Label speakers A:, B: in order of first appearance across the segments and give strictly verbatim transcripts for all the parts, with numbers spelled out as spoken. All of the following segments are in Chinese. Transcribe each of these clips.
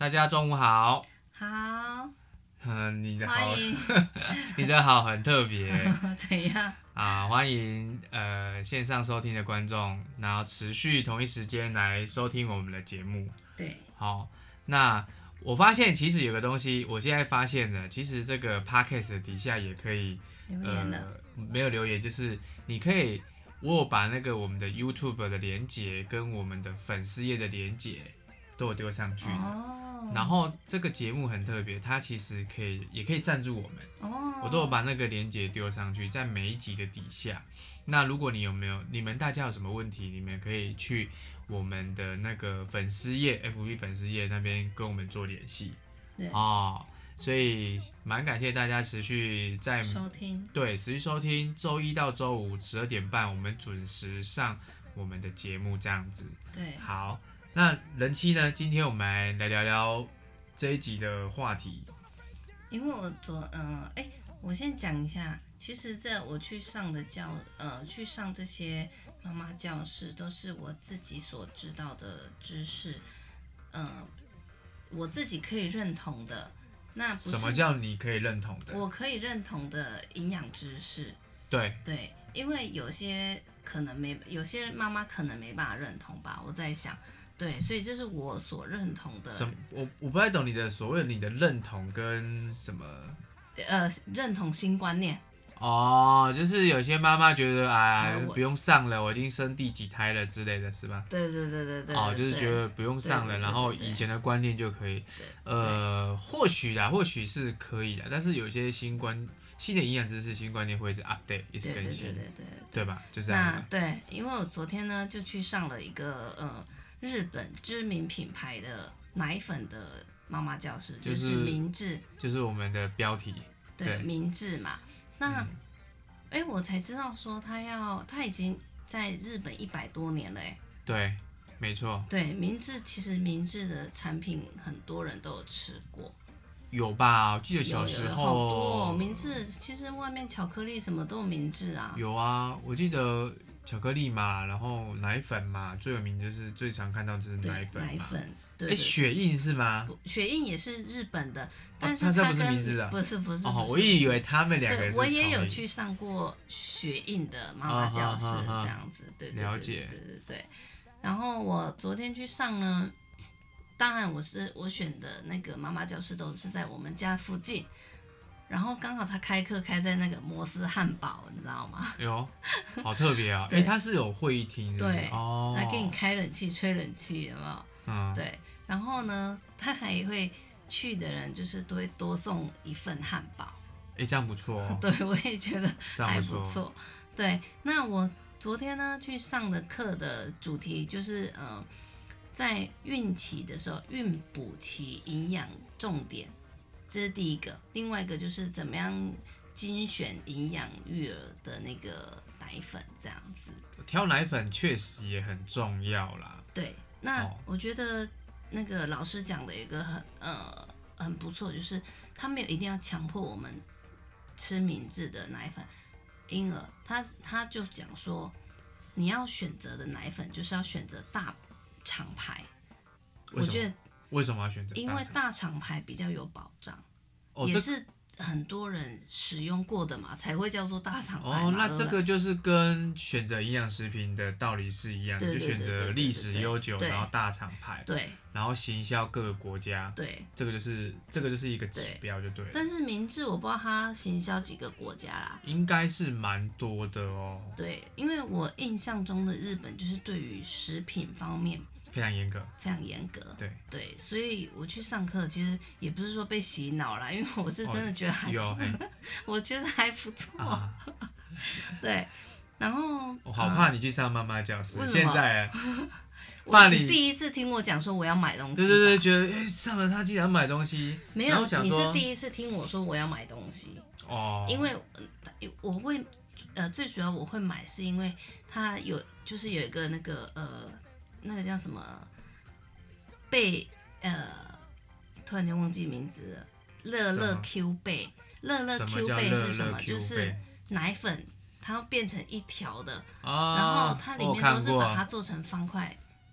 A: 大家中午好。
B: 好。
A: 嗯，你的好，
B: 欢迎。
A: 你的好很特别。
B: 怎样？
A: 啊，欢迎呃线上收听的观众，然后持续同一时间来收听我们的节目。
B: 对。
A: 好，那我发现其实有个东西，我现在发现了，其实这个 podcast 底下也可以
B: 留言了、
A: 呃，没有留言，就是你可以，我有把那个我们的 YouTube 的连结跟我们的粉丝页的连结都有丢上去。
B: 哦。
A: 然后这个节目很特别，它其实可以也可以赞助我们。
B: 哦。
A: 我都有把那个连结丢上去，在每一集的底下。那如果你有没有，你们大家有什么问题，你们可以去我们的那个粉丝页 F B 粉丝页那边跟我们做联系。
B: 对。
A: 哦，所以蛮感谢大家持续在
B: 收听。
A: 对，持续收听，周一到周五十二点半，我们准时上我们的节目这样子。
B: 对。
A: 好，那人妻呢？今天我们来来聊聊这一集的话题。
B: 因为我昨嗯哎、欸，我先讲一下，其实这我去上的教呃去上这些妈妈教室，都是我自己所知道的知识，嗯、呃，我自己可以认同的。那不是
A: 什么叫你可以认同的？
B: 我可以认同的营养知识。
A: 对
B: 对，因为有些可能没，有些妈妈可能没办法认同吧，我在想。对，所以这是我所认同的。
A: 什我我不太懂你的所谓你的认同跟什么？
B: 呃，认同新观念。
A: 哦，就是有些妈妈觉得啊、
B: 呃，
A: 不用上了，我已经生第几胎了之类的是吧？
B: 对对对对对。
A: 哦，就是觉得不用上了，然后以前的观念就可以。呃，或许啦，或许是可以的，但是有些新观新的营养知识、新观念会一直 update， 一直更新，
B: 对对对对 对, 对,
A: 对吧？就这样。
B: 那对，因为我昨天呢就去上了一个呃。日本知名品牌的奶粉的妈妈教室，
A: 就是、
B: 就是明治，
A: 就是我们的标题，
B: 对，对明治嘛。那，哎、嗯欸，我才知道说他要，他已经在日本一百多年了，哎。
A: 对，没错。
B: 对，明治其实明治的产品很多人都有吃过。
A: 有吧？我记得小时候
B: 有有好多、哦、明治，其实外面巧克力什么都有明治啊。
A: 有啊，我记得。巧克力嘛，然后奶粉嘛，最有名就是最常看到就是奶粉嘛。
B: 奶粉，对。
A: 哎，雪印是吗？
B: 雪印也是日本的，但是
A: 它
B: 它
A: 不是明治的。
B: 不是不是。
A: 哦，我以为他们两个是。
B: 我也有去上过雪印的妈妈教室，这样子，对对对。
A: 了解。
B: 对对对。然后我昨天去上呢，当然我是我选的那个妈妈教室都是在我们家附近。然后刚好他开课开在那个摩斯汉堡，你知道吗？
A: 哟，好特别啊！哎、欸，他是有会议厅，
B: 对，
A: 哦，
B: 来给你开冷气、吹冷气，有没有？
A: 嗯，
B: 对。然后呢，他还会去的人就是都会多送一份汉堡。
A: 哎、欸，这样不错哦。
B: 对，我也觉得还不错。
A: 不错
B: 对，那我昨天呢去上的课的主题就是呃，在孕期的时候，孕补期营养重点。这是第一个，另外一个就是怎么样精选营养育儿的那个奶粉，这样子。
A: 挑奶粉确实也很重要啦。
B: 对，那我觉得那个老师讲的一个很呃很不错，就是他没有一定要强迫我们吃明治的奶粉，因而他他就讲说，你要选择的奶粉就是要选择大厂牌。我觉得。
A: 为什么要选择？
B: 因为大厂牌比较有保障，
A: 哦、
B: 也是很多人使用过的嘛，才会叫做大厂牌嘛。
A: 哦，那这个就是跟选择营养食品的道理是一样的，就选择历史悠久，然后大厂牌，
B: 对，
A: 然后行销各个国家，
B: 对，
A: 这个就是这个就是一个指标，就对了。
B: 但是明治我不知道它行销几个国家啦，
A: 应该是蛮多的哦。
B: 对，因为我印象中的日本就是对于食品方面。
A: 非常严格，
B: 非常严格，
A: 对
B: 对，所以我去上课，其实也不是说被洗脑啦，因为我是真的觉得还，
A: 哦、
B: 我觉得还不错，
A: 啊、
B: 对，然后
A: 我好怕你去上妈妈教室，
B: 嗯、
A: 现在
B: 怕你第一次听我讲说我要买东西，
A: 对对对，觉得哎、欸、上了他竟然买东西，
B: 没有，你是第一次听我说我要买东西
A: 哦，
B: 因为我会呃最主要我会买是因为它有就是有一个那个呃。那个叫什么？贝呃，突然间忘记名字了。乐乐 Q 贝，乐乐 Q 贝是什么？就是奶粉，它变成一条的，
A: 哦、
B: 然后它里面都是把它做成方块，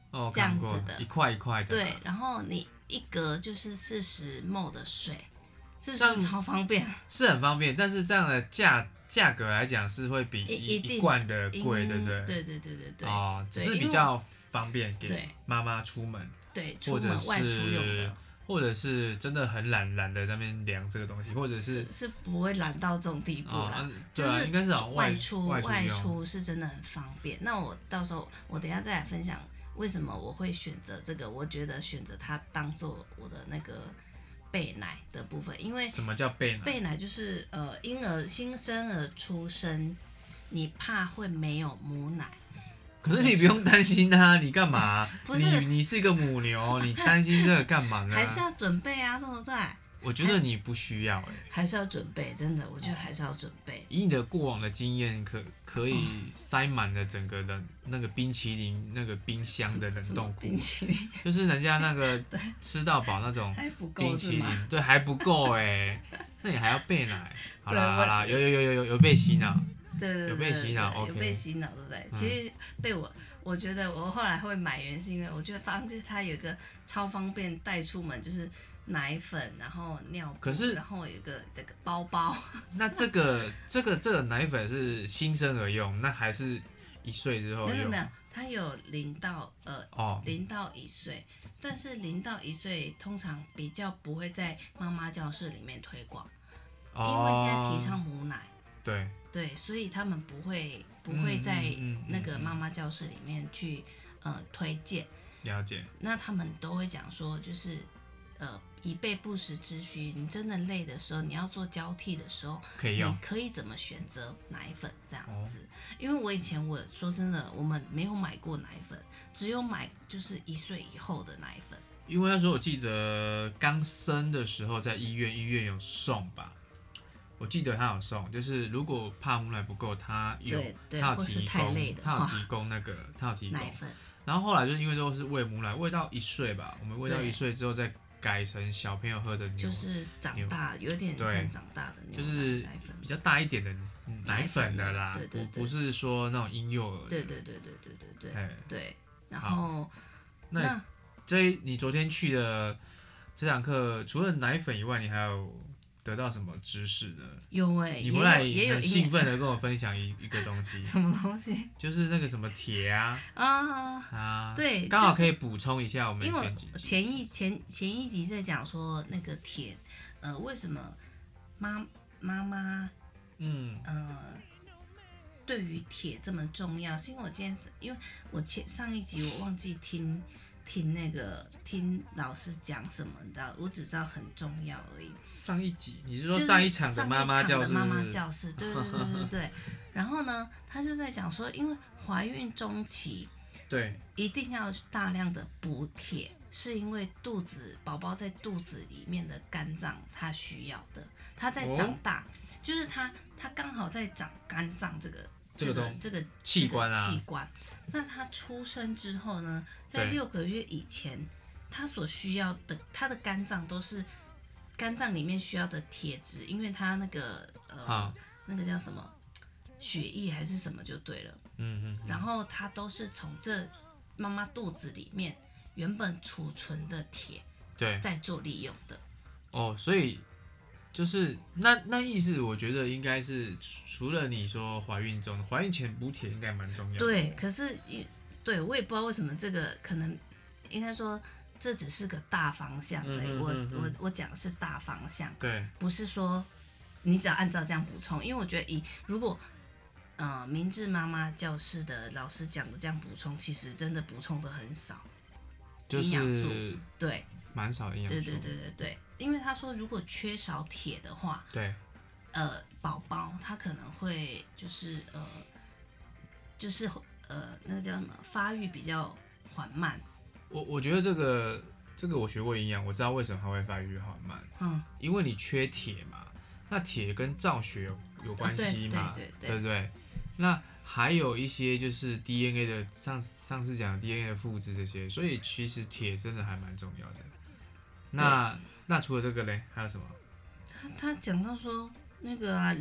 A: 哦，
B: 这样
A: 看过
B: 子的
A: 一块一块的，
B: 对，然后你一格就是四十 ml 的水，这是
A: 这样
B: 不是超方便？
A: 是很方便，但是这样的价价格来讲是会比
B: 一
A: 一
B: 一定
A: 一罐的贵，
B: 因
A: 对不对？
B: 对对对对对。
A: 哦，只
B: 对因为
A: 是比较方便给
B: 对
A: 妈妈出门，
B: 对，出
A: 或者
B: 门外出用
A: 是
B: 的，
A: 或者是真的很懒懒的在那边量这个东西，或者是
B: 是是不会懒到这种地步啦。
A: 哦，
B: 就
A: 对啊，应该是好像外
B: 出
A: 外
B: 外
A: 用
B: 出是真的很方便。那我到时候我等一下再来分享为什么我会选择这个，我觉得选择它当做我的那个备奶的部分，因为
A: 什么叫备奶？
B: 备奶就是呃婴儿新生儿出生，你怕会没有母奶。
A: 可是你不用担心啊，你干嘛？
B: 不是
A: 你你是一个母牛，你担心这个干嘛呢？
B: 还是要准备啊，对不对？
A: 我觉得你不需要哎、欸，
B: 还是要准备，真的，我觉得还是要准备。
A: 以你的过往的经验，可可以塞满了整个冷那个冰淇淋那个冰箱的冷冻库
B: 冰，淇淋
A: 就是人家那个吃到饱那种
B: 还不够
A: 冰淇
B: 是吗？
A: 淋，对，还不够哎、欸，那你还要备奶？好啦
B: 对我
A: 好啦，有有有有有有被洗脑，
B: 对对对，
A: 有被洗脑
B: 对
A: OK
B: 有被洗脑，对不对？其实被我，我觉得我后来会买，原因是因为我觉得发现就是它有一个超方便带出门，就是奶粉，然后尿布，
A: 可是
B: 然后有一个这个包包，
A: 那这个这个这个奶粉是新生儿用，那还是一岁之后用
B: 没有没有，它有零到呃
A: 哦
B: 零到一岁，但是零到一岁通常比较不会在妈妈教室里面推广，
A: 哦，
B: 因为现在提倡母奶。
A: 对，
B: 对，所以他们不会不会在
A: 嗯嗯嗯
B: 那个妈妈教室里面去呃推荐，
A: 了解，
B: 那他们都会讲说，就是呃以备不时之需，你真的累的时候，你要做交替的时候，
A: 可以用
B: 你可以怎么选择奶粉这样子？因为我以前我说真的，我们没有买过奶粉，只有买就是一岁以后的奶粉。
A: 因为那时候我记得刚生的时候在医院，医院有送吧。我记得他有送，就是如果怕母奶不够，他有
B: 对对
A: 他有
B: 或是
A: 提供
B: 太累，的话
A: 他有提供那个，他有提供
B: 奶粉。
A: 然后后来就因为都是喂母奶，喂到一岁吧，我们喂到
B: 对
A: 一岁之后再改成小朋友喝的牛，
B: 就是长大，有点
A: 对
B: 像长大的牛奶
A: 就是
B: 奶粉，
A: 比较大一点的奶粉的啦，
B: 对对对
A: 不不是说那种婴幼儿的。
B: 对对对对对对对
A: 哎，
B: 对。然后
A: 那
B: 那
A: 这一你昨天去的这堂课，除了奶粉以外，你还有得到什么知识呢？
B: 有哎、
A: 你回来
B: 也有
A: 很兴奋的跟我分享一一个东西，
B: 什么东西
A: 就是那个什么铁啊
B: 啊？
A: 啊，
B: 对，
A: 刚好
B: 就是
A: 可以补充一下我们
B: 因为
A: 前几集。
B: 前一前前一集在讲说那个铁，呃，为什么妈妈妈
A: 嗯
B: 呃对于铁这么重要？是因为我今天是因为我前上一集我忘记听听那个听老师讲什么，你知道，我只知道很重要而已。
A: 上一集你是
B: 就是
A: 说上一场的妈妈教室？
B: 上一场的妈妈教室，对对对对对。然后呢，他就在讲说，因为怀孕中期
A: 对，
B: 一定要大量的补铁，是因为肚子宝宝在肚子里面的肝脏它需要的，它在长大，哦、就是它它刚好在长肝脏这个这个这个
A: 器官啊
B: 器官。那他出生之后呢，在六个月以前，他所需要的他的肝脏都是肝脏里面需要的铁质，因为他那个呃、啊、那个叫什么血液还是什么就对了，
A: 嗯嗯，
B: 然后它都是从这妈妈肚子里面原本储存的铁，
A: 对，
B: 在做利用的。
A: 哦，所以就是那那意思，我觉得应该是除了你说怀孕中，怀孕前补铁应该蛮重要的。
B: 对，可是对我也不知道为什么这个可能应该说这只是个大方向而已。嗯、我我我讲的是大方向，
A: 对，
B: 不是说你只要按照这样补充，因为我觉得以如果呃明智妈妈教室的老师讲的这样补充，其实真的补充的很少，
A: 就是
B: 营养素对
A: 蛮少营养素，
B: 对对对对对。因为他说，如果缺少铁的话，
A: 对，
B: 呃，宝宝他可能会就是呃，就是呃，那个叫什么，发育比较缓慢。
A: 我我觉得这个这个我学过营养，我知道为什么它会发育缓慢。
B: 嗯，
A: 因为你缺铁嘛，那铁跟造血有有关系嘛，
B: 对对对
A: 对不对？那还有一些就是 D N A 的上上次讲的 D N A 的复制这些，所以其实铁真的还蛮重要的。那那除了这个嘞，还有什么？
B: 他他讲到说那个啊，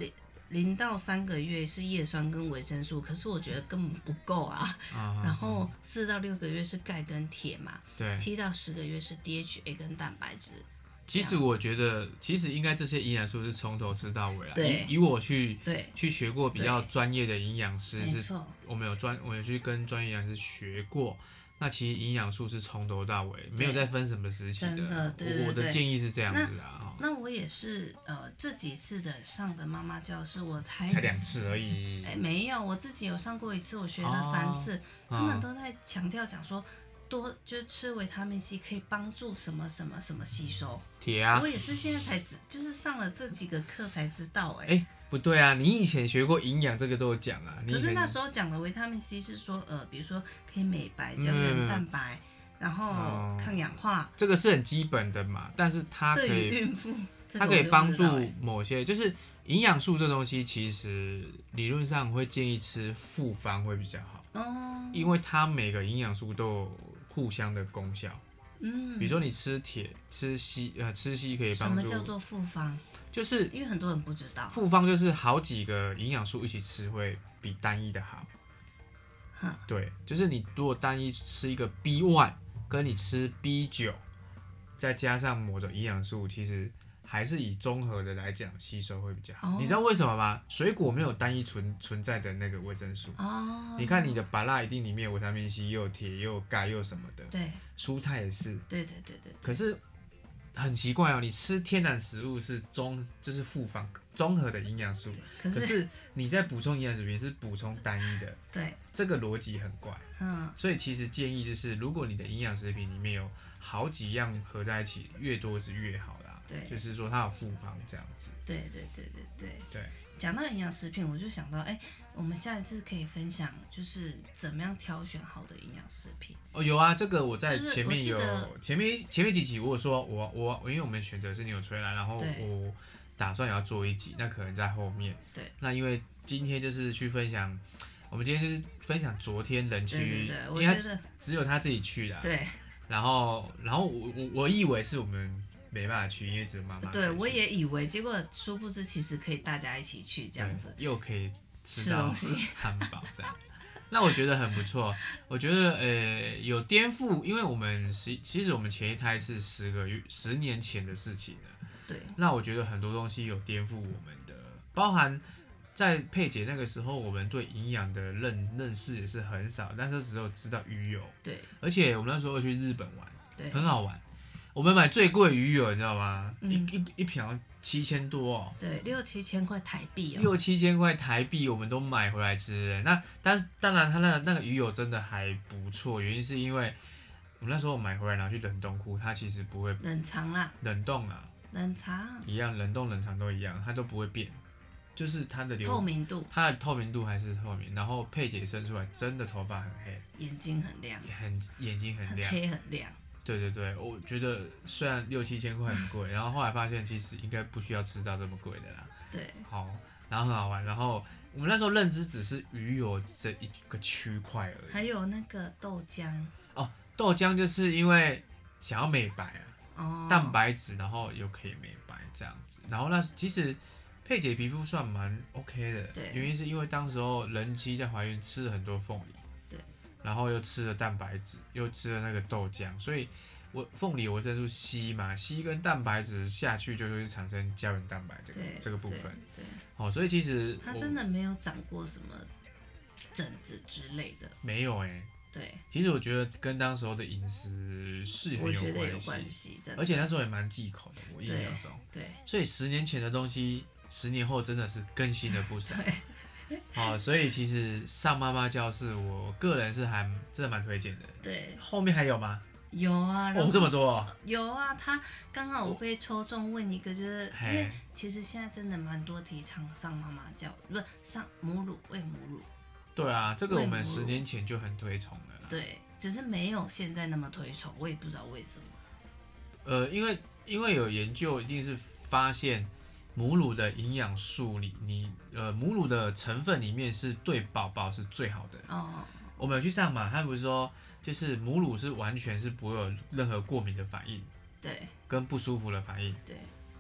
B: 零到三个月是叶酸跟维生素，可是我觉得根本不够啊。
A: 啊
B: 然后四到六个月是钙跟铁嘛，
A: 对，
B: 七到十个月是 D H A 跟蛋白质。
A: 其实我觉得，其实应该这些营养素是从头吃到尾啦。
B: 对，
A: 以以我去
B: 对
A: 去学过比较专业的营养师，是
B: 没错，
A: 我们有专，我有去跟专业营养师学过。那其实营养素是从头到尾，没有再分什么时期的。
B: 真的，对对对
A: 我我的建议是这样子啊。
B: 那我也是，呃，这几次的上的妈妈教室，我才
A: 才两次而已。
B: 哎，没有，我自己有上过一次，我学了三次，
A: 哦、
B: 他们都在强调讲说。多就是吃维他命 C 可以帮助什么什么什么吸收，
A: 铁啊！
B: 我也是现在才知，就是上了这几个课才知道、欸，哎、
A: 欸，不对啊，你以前学过营养，这个都有讲啊。
B: 可是那时候讲的维他命 C 是说，呃，比如说可以美白、胶原蛋白，嗯、然后抗氧化、
A: 哦，这个是很基本的嘛。但是它可以，
B: 对于孕妇，
A: 它可以帮助某些，就是营养素这东西，其实理论上会建议吃复方会比较好，哦，因为它每个营养素都有互相的功效，嗯，比如说你吃铁、吃硒，呃，吃硒可以帮助。
B: 什么叫做复方？
A: 就是
B: 因为很多人不知道，
A: 复方就是好几个营养素一起吃会比单一的好。对，就是你如果单一吃一个 B 一 跟你吃 B 九，再加上某种营养素，其实还是以综合的来讲吸收会比较好。哦、你知道为什么吗？水果没有单一存存在的那个维生素。哦。你看你的芭乐一定里面有维他命 C， 又有铁，又有钙，又有什么的。
B: 对。
A: 蔬菜也是。
B: 对对对 对, 对。
A: 可是很奇怪哦，你吃天然食物是综就是复方综合的营养素，可是, 可是你在补充营养食品是补充单一的。
B: 对。
A: 这个逻辑很怪。嗯。所以其实建议就是，如果你的营养食品里面有好几样合在一起，越多是越好啦。对，就是说它有复方这样子。
B: 对对对对对。
A: 对。
B: 讲到营养食品，我就想到，哎、欸，我们下一次可以分享，就是怎么样挑选好的营养食品。
A: 哦，有啊，这个我在前面有，前面前面几集我有说我我因为我们选择是纽崔莱，然后我打算也要做一集，那可能在后面。
B: 对。
A: 那因为今天就是去分享，我们今天就是分享昨天人区，
B: 对对对，
A: 因为他只有他自己去的。
B: 对。
A: 然后然后我我我以为是我们。没办法去，因为只有妈妈。
B: 对，我也以为，结果殊不知，其实可以大家一起去这样子，
A: 又可以吃到汉堡这样。那我觉得很不错。我觉得呃有颠覆，因为我们其其实我们前一胎是十个月、十年前的事情了。
B: 对。
A: 那我觉得很多东西有颠覆我们的，包含在佩姐那个时候，我们对营养的认认识也是很少，但是只有知道鱼油。
B: 对。
A: 而且我们那时候去日本玩，
B: 对，
A: 很好玩。我们买最贵鱼油，你知道吗？
B: 嗯、
A: 一一一瓢七千多哦。
B: 对，六七千块台币哦。
A: 六七千块台币，我们都买回来吃。那但是当然，它那个那个鱼油真的还不错，原因是因为我们那时候买回来拿去冷冻库，它其实不会
B: 冷藏啦，
A: 冷冻啦，
B: 冷藏
A: 一样，冷冻冷藏都一样，它都不会变，就是它的
B: 透明度，
A: 它的透明度还是透明。然后佩姐生出来真的头发很黑，
B: 眼睛很亮，
A: 很眼睛很亮，
B: 很黑很亮。
A: 对对对，我觉得虽然六七千块很贵，然后后来发现其实应该不需要吃到这么贵的啦。
B: 对。
A: 好，然后很好玩，然后我们那时候认知只是鱼油这一个区块而已。
B: 还有那个豆浆。
A: 哦，豆浆就是因为想要美白啊，
B: 哦、
A: 蛋白质，然后又可以美白这样子。然后那其实佩姐皮肤算蛮 OK 的，
B: 对，
A: 原因是因为当时候人妻在怀孕吃了很多凤梨。然后又吃了蛋白质，又吃了那个豆浆，所以我凤梨维生素 C 嘛 ，C 跟蛋白质下去就会产生胶原蛋白这个这个部分。
B: 对。
A: 哦，所以其实
B: 它真的没有长过什么疹子之类的。
A: 没有哎、欸。
B: 对。
A: 其实我觉得跟当时候的饮食是很有关系，
B: 我觉得有关系，真的。
A: 而且那时候也蛮忌口的，我印象中。
B: 对。对
A: 所以十年前的东西，十年后真的是更新了不少。
B: 对。
A: 哦，所以其实上妈妈教室，我个人是还真的蛮推荐的。
B: 对，
A: 后面还有吗？
B: 有啊，
A: 哦，这么多、哦。
B: 有啊，他刚好我被抽中问一个，就是因为其实现在真的蛮多提倡上妈妈教，不是上母乳喂母乳。
A: 对啊，这个我们十年前就很推崇了啦。
B: 对，只是没有现在那么推崇，我也不知道为什么。
A: 呃，因为因为有研究，一定是发现。母乳的营养素里，你呃母乳的成分里面是对宝宝是最好的。
B: 哦。
A: 我们有去上嘛，他不是说就是母乳是完全是不会有任何过敏的反应，
B: 对，
A: 跟不舒服的反应。
B: 对。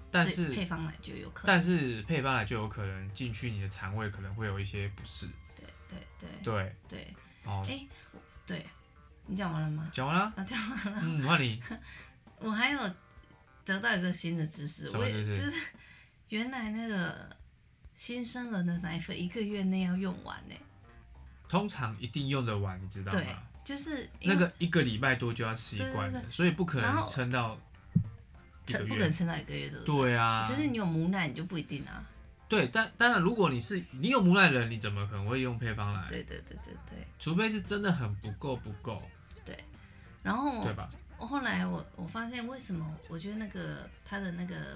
A: 但是
B: 所以配方奶就有可能，
A: 但是配方奶就有可能进去你的肠胃，可能会有一些不适。
B: 对对对
A: 对
B: 对，
A: 哦，
B: 哎、对，你讲完了吗？
A: 讲完了，
B: 啊，讲完了。
A: 嗯，换你，
B: 我还有得到一个新的知识，
A: 什么知识
B: 我也就是原来那个新生儿的奶粉一个月内要用完呢。
A: 通常一定用得完，你知道
B: 对
A: 吗？，
B: 就是
A: 那个一个礼拜多就要吃一罐的，
B: 对对对
A: 所以不可能
B: 然后
A: 撑到一个月
B: 撑不可能。撑到一个月，对不对？
A: 对啊
B: 可，是你有母奶，你就不一定啊。
A: 对，但当然，如果你是你有母奶的人，你怎么可能会用配方奶？
B: 对对对对对
A: 除非是真的很不够不够，
B: 对。然后
A: 对吧？
B: 我后来我我发现为什么我觉得那个它的那个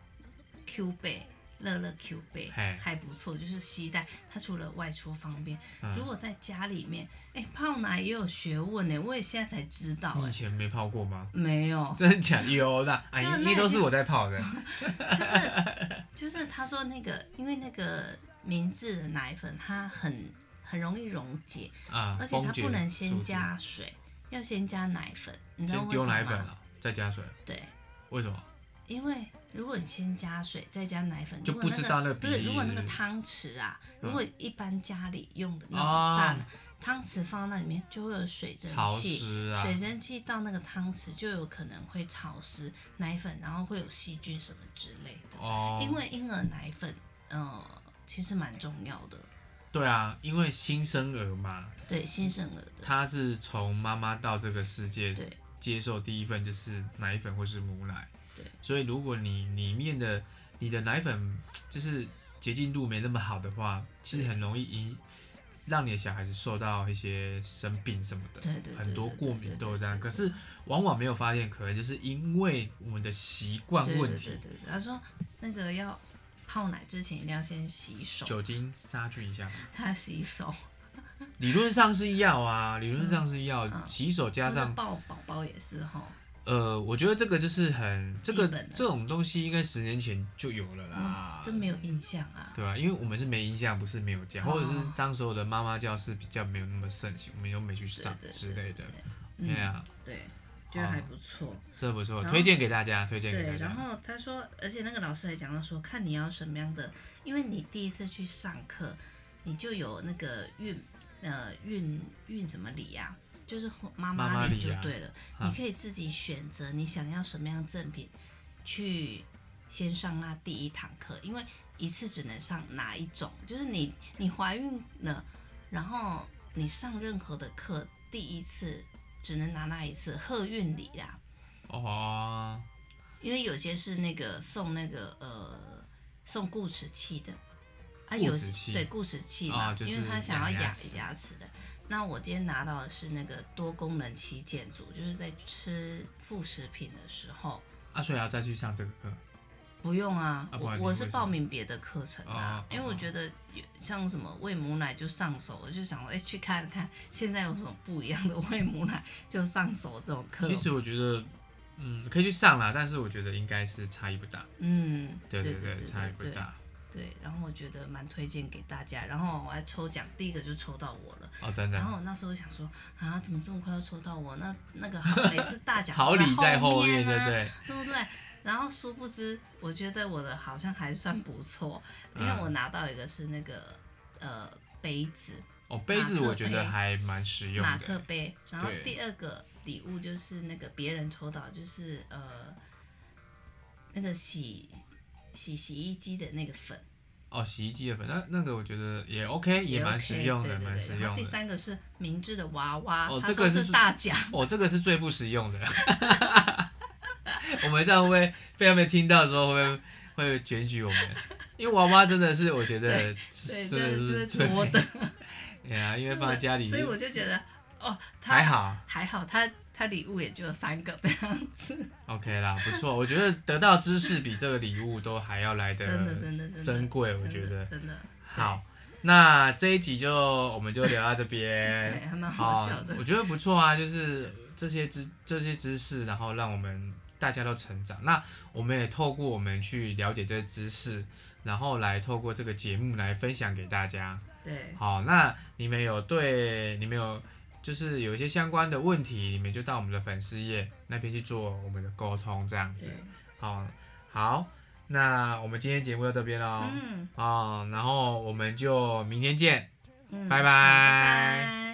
B: Q 倍乐乐 Q 倍
A: 嘿
B: 还不错，就是携带它除了外出方便，
A: 嗯
B: 如果在家里面，哎，泡奶也有学问呢，我也现在才知道哎，
A: 你以前没泡过吗？
B: 没有，
A: 真的假的？有的，啊，
B: 就那
A: 因为都是我在泡的。
B: 就是就是他说那个，因为那个明治的奶粉它很很容易溶解，
A: 啊，
B: 而且它
A: 封解
B: 不能先
A: 速度，
B: 加水，要先加奶粉，你知道
A: 先
B: 为什么吗？
A: 丢奶粉了，再加水，
B: 对，
A: 为什么？
B: 因为如果你先加水再加奶粉，
A: 就
B: 如果那
A: 不知道那个
B: 不是
A: 比例
B: 如果那个
A: 是不是
B: 汤匙啊，如果一般家里用的那
A: 哦
B: 种大的汤匙放在那里面，就会有水蒸
A: 潮
B: 气。
A: 湿啊，
B: 水蒸气到那个汤匙就有可能会潮湿奶粉，然后会有细菌什么之类的。
A: 哦，
B: 因为婴儿奶粉，呃，其实蛮重要的，
A: 对啊，因为新生儿嘛，
B: 对新生儿的，
A: 他是从妈妈到这个世界
B: 对
A: 接受第一份就是奶粉或是母奶，
B: 对，
A: 所以如果你里面的你的奶粉就是洁净度没那么好的话，其实很容易影让你的小孩子受到一些生病什么的，
B: 对对对
A: 很多过敏都有这样。
B: 对对对对
A: 可是往往没有发现，可能就是因为我们的习惯
B: 对
A: 问题，
B: 对对对对，他说那个要泡奶之前一定要先洗手，
A: 酒精杀菌一下。
B: 他洗手，
A: 理论上是要啊，理论上是要、
B: 嗯
A: 洗手加
B: 或者
A: 上
B: 抱宝宝也是哈，
A: 呃，我觉得这个就是很这个
B: 基本的
A: 这种东西应该十年前就有了啦，
B: 真没有印象啊。
A: 对吧、因为我们是没印象，不是没有讲，
B: 哦
A: 或者是当时候的妈妈教室比较没有那么盛行，我们又没去上
B: 对对
A: 之类的。
B: 嗯
A: 对啊，
B: 对，觉得还不错。
A: 这不错，
B: 然后
A: 推荐给大家，推荐给大
B: 对，然
A: 家。
B: 后他说，而且那个老师还讲到说，看你要什么样的，因为你第一次去上课，你就有那个孕呃孕孕什么礼呀、就是妈
A: 妈妈
B: 礼
A: 礼啊
B: 就对了，
A: 啊
B: 你可以自己选择你想要什么样的赠品，去先上那第一堂课，因为一次只能上哪一种，就是你你怀孕了，然后你上任何的课，第一次只能拿那一次贺孕礼啦。
A: 哦，
B: 因为有些是那个送那个呃送固齿器的，啊有
A: 固齿器
B: 对固齿器嘛，
A: 啊就是
B: 因为他想要养
A: 养牙齿
B: 牙齿的。那我今天拿到的是那个多功能旗舰组，就是在吃副食品的时候
A: 啊，所以要再去上这个课。
B: 不用啊，
A: 啊不
B: 我我是
A: 然你为什么
B: 报名别的课程啊，
A: 哦
B: 因为我觉得有像什么喂母奶就上手，我就想说，哎、去看看现在有什么不一样的喂母奶就上手这种课。
A: 其实我觉得，嗯，可以去上啦，但是我觉得应该是差异不大。
B: 嗯，
A: 对
B: 对对
A: 对差异不
B: 对
A: 大。
B: 对，然后我觉得蛮推荐给大家，然后我还抽奖，第一个就抽到我了。
A: 哦，真的
B: 然。后我那时候想说啊，怎么这么快就抽到我？那那个好每次大奖
A: 好
B: 都
A: 礼在后
B: 面、
A: 面，
B: 啊，
A: 对不对？
B: 对不对？然后殊不知，我觉得我的好像还算不错，因为
A: 嗯
B: 我拿到一个是那个呃杯子，
A: 哦，杯子
B: 马克
A: 我觉得
B: 杯
A: 还蛮实用
B: 马克
A: 的。
B: 杯，然后
A: 对
B: 第二个礼物就是那个别人抽到，就是呃那个洗洗洗衣机的那个粉。
A: 哦，洗衣机的粉，那那个我觉得也 OK，也蛮
B: OK，
A: 实用的，
B: 对对对然后第
A: 蛮实用的。
B: 三个是明治的娃娃，他说
A: 哦这个是
B: 是大奖，
A: 哦，这个是最不实用的。我们这样会不会被他们听到的时候会不会会检举我们？因为娃娃真的是我觉得
B: 对，
A: 真的
B: 真的是
A: 是最
B: 多的，
A: 对啊，因为放在家里
B: 所以我就觉得哦，他
A: 还好
B: 还好，他他礼物也就有三个这样子，
A: ，OK 啦，不错。我觉得得到知识比这个礼物都还要来的
B: 真的真的真的
A: 珍贵，我
B: 真的
A: 觉得。
B: 真的
A: 好，那这一集就我们就聊到这边
B: 对，。还蛮好
A: 好
B: 笑的，，
A: 我觉得不错啊，就是这些知这些知识，然后让我们大家都成长。那我们也透过我们去了解这些知识，然后来透过这个节目来分享给大家。
B: 对
A: 好，那你们有对你们有就是有一些相关的问题，你们就到我们的粉丝页那边去做我们的沟通，这样子
B: 对。
A: 好，好， 那我们今天节目到这边喽，
B: 嗯，
A: 啊、然后我们就明天见，
B: 嗯
A: 拜拜
B: 拜拜。